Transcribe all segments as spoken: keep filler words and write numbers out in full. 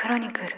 クロニクル。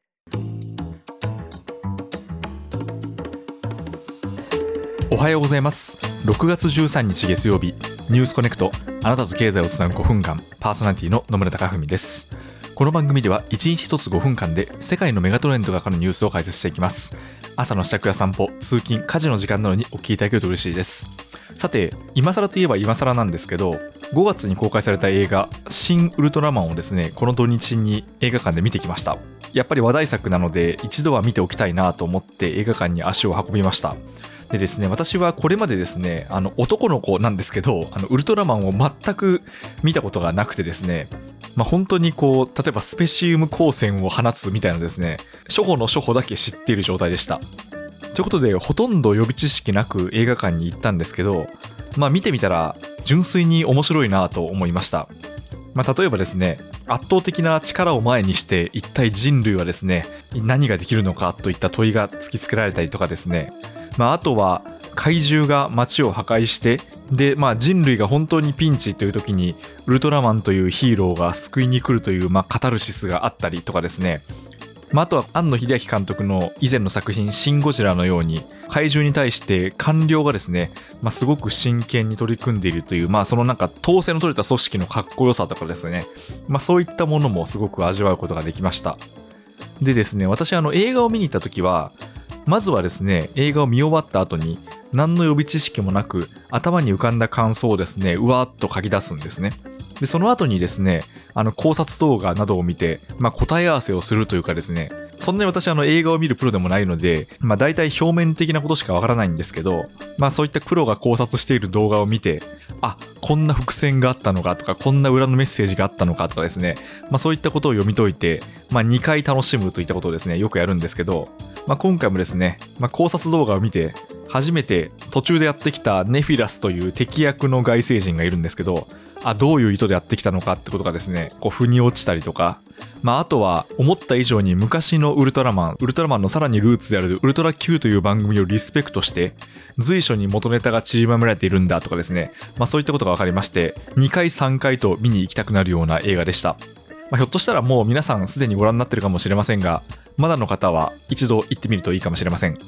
おはようございます。ろくがつじゅうさんにち月曜日、ニュースコネクト、あなたと経済をつなぐごふんかん、パーソナリティの野村貴文です。この番組ではいちにちひとつごふんかんで世界のメガトレンドがかかるニュースを解説していきます。朝の支度や散歩、通勤、家事の時間などにお聞きいただけると嬉しいです。さて、今更といえば今更なんですけど、ごがつに公開された映画新ウルトラマンをですね、この土日に映画館で見てきました。やっぱり話題作なので一度は見ておきたいなと思って映画館に足を運びました。でですね、私はこれまでですね、あの男の子なんですけど、あのウルトラマンを全く見たことがなくてですね、まあ、本当にこう、例えばスペシウム光線を放つみたいなですね、初歩の初歩だけ知っている状態でした。ということで、ほとんど予備知識なく映画館に行ったんですけど、まあ見てみたら純粋に面白いなと思いました。まあ、例えばですね、圧倒的な力を前にして一体人類はですね、何ができるのかといった問いが突きつけられたりとかですね、まあ、あとは怪獣が街を破壊してで、まあ、人類が本当にピンチという時にウルトラマンというヒーローが救いに来るという、まあ、カタルシスがあったりとかですね、まあ、あとは庵野秀明監督の以前の作品シン・ゴジラのように怪獣に対して官僚がですね、まあ、すごく真剣に取り組んでいるという、まあ、そのなんか統制の取れた組織のかっこよさとかですね、まあ、そういったものもすごく味わうことができました。でですね、私あの映画を見に行った時はまずはですね、映画を見終わった後に何の予備知識もなく頭に浮かんだ感想をですね、うわーっと書き出すんですね。でその後にですね、あの考察動画などを見て、まあ、答え合わせをするというかですね、そんなに私あの映画を見るプロでもないので、まあ、大体表面的なことしかわからないんですけど、まあ、そういったプロが考察している動画を見て、あ、こんな伏線があったのかとか、こんな裏のメッセージがあったのかとかですね、まあ、そういったことを読み解いて、まあ、にかい楽しむといったことをですね、よくやるんですけど、まあ、今回もですね、まあ、考察動画を見て初めて途中でやってきたネフィラスという敵役の外星人がいるんですけど、あ、どういう意図でやってきたのかってことがですね、こう腑に落ちたりとか、まあ、あとは思った以上に昔のウルトラマン、ウルトラマンのさらにルーツであるウルトラ Q という番組をリスペクトして随所に元ネタが散りばめられているんだとかですね、まあ、そういったことが分かりまして、にかいさんかいと見に行きたくなるような映画でした。まあ、ひょっとしたらもう皆さんすでにご覧になってるかもしれませんが、まだの方は一度行ってみるといいかもしれません。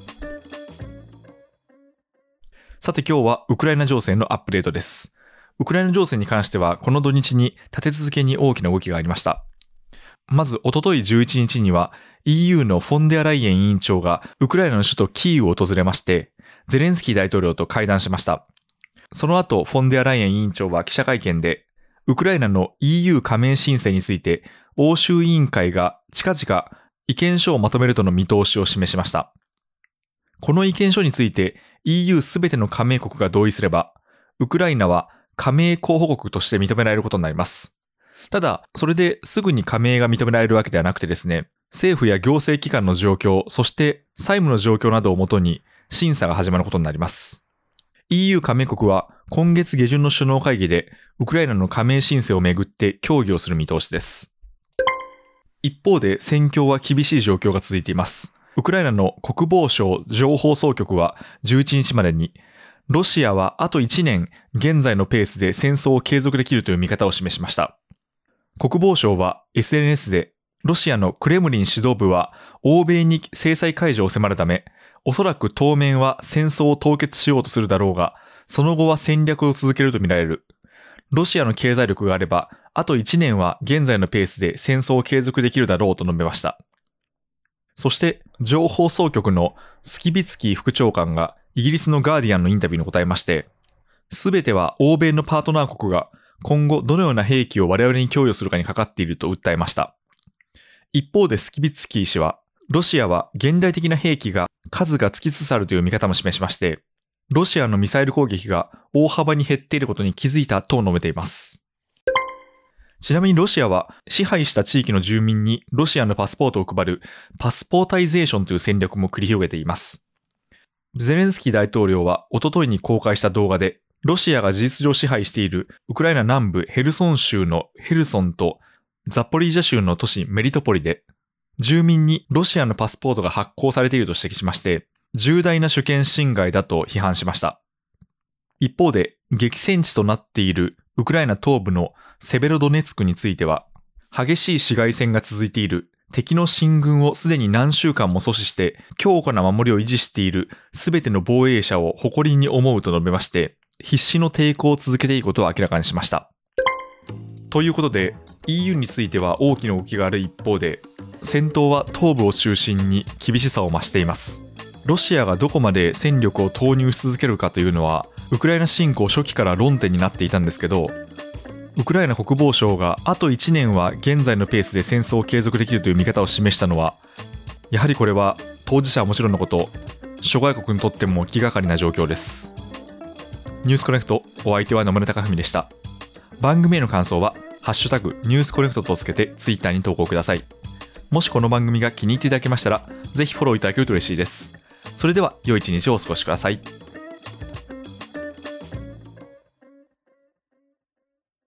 さて、今日はウクライナ情勢のアップデートです。ウクライナ情勢に関してはこの土日に立て続けに大きな動きがありました。まず一昨日じゅういちにちには イーユー のフォンデアライエン委員長がウクライナの首都キーウを訪れまして、ゼレンスキー大統領と会談しました。その後、フォンデアライエン委員長は記者会見で、ウクライナの イーユー 加盟申請について欧州委員会が近々意見書をまとめるとの見通しを示しました。この意見書について イーユー すべての加盟国が同意すれば、ウクライナは加盟候補国として認められることになります。ただ、それですぐに加盟が認められるわけではなくてですね、政府や行政機関の状況、そして債務の状況などをもとに審査が始まることになります。イーユー 加盟国は今月下旬の首脳会議でウクライナの加盟申請をめぐって協議をする見通しです。一方で戦況は厳しい状況が続いています。ウクライナの国防省情報総局はじゅういちにちまでにロシアはあといちねん現在のペースで戦争を継続できるという見方を示しました。国防省は エスエヌエス でロシアのクレムリン指導部は欧米に制裁解除を迫るため、おそらく当面は戦争を凍結しようとするだろうが、その後は戦略を続けるとみられる。ロシアの経済力があれば、あといちねんは現在のペースで戦争を継続できるだろうと述べました。そして、情報総局のスキビツキー副長官がイギリスのガーディアンのインタビューに答えまして、すべては欧米のパートナー国が今後どのような兵器を我々に供与するかにかかっていると訴えました。一方でスキビツキー氏は、ロシアは現代的な兵器が数が尽きつつあるという見方も示しまして、ロシアのミサイル攻撃が大幅に減っていることに気づいたと述べています。ちなみにロシアは支配した地域の住民にロシアのパスポートを配るパスポータイゼーションという戦略も繰り広げています。ゼレンスキー大統領は一昨日に公開した動画で、ロシアが事実上支配しているウクライナ南部ヘルソン州のヘルソンとザポリージャ州の都市メリトポリで、住民にロシアのパスポートが発行されていると指摘しまして、重大な主権侵害だと批判しました。一方で、激戦地となっているウクライナ東部のセベロドネツクについては、激しい市街戦が続いている敵の進軍をすでに何週間も阻止して強固な守りを維持しているすべての防衛者を誇りに思うと述べまして、必死の抵抗を続けていくことを明らかにしました。ということで イーユー については大きな動きがある一方で、戦闘は東部を中心に厳しさを増しています。ロシアがどこまで戦力を投入し続けるかというのはウクライナ侵攻初期から論点になっていたんですけど、ウクライナ国防省があといちねんは現在のペースで戦争を継続できるという見方を示したのは、やはりこれは当事者はもちろんのこと諸外国にとっても気がかりな状況です。ニュースコネクト、お相手は野村貴文でした。番組への感想はハッシュタグニュースコネクトとつけてツイッターに投稿ください。もしこの番組が気に入っていただけましたらぜひフォローいただけると嬉しいです。それでは良い一日をお過ごしください。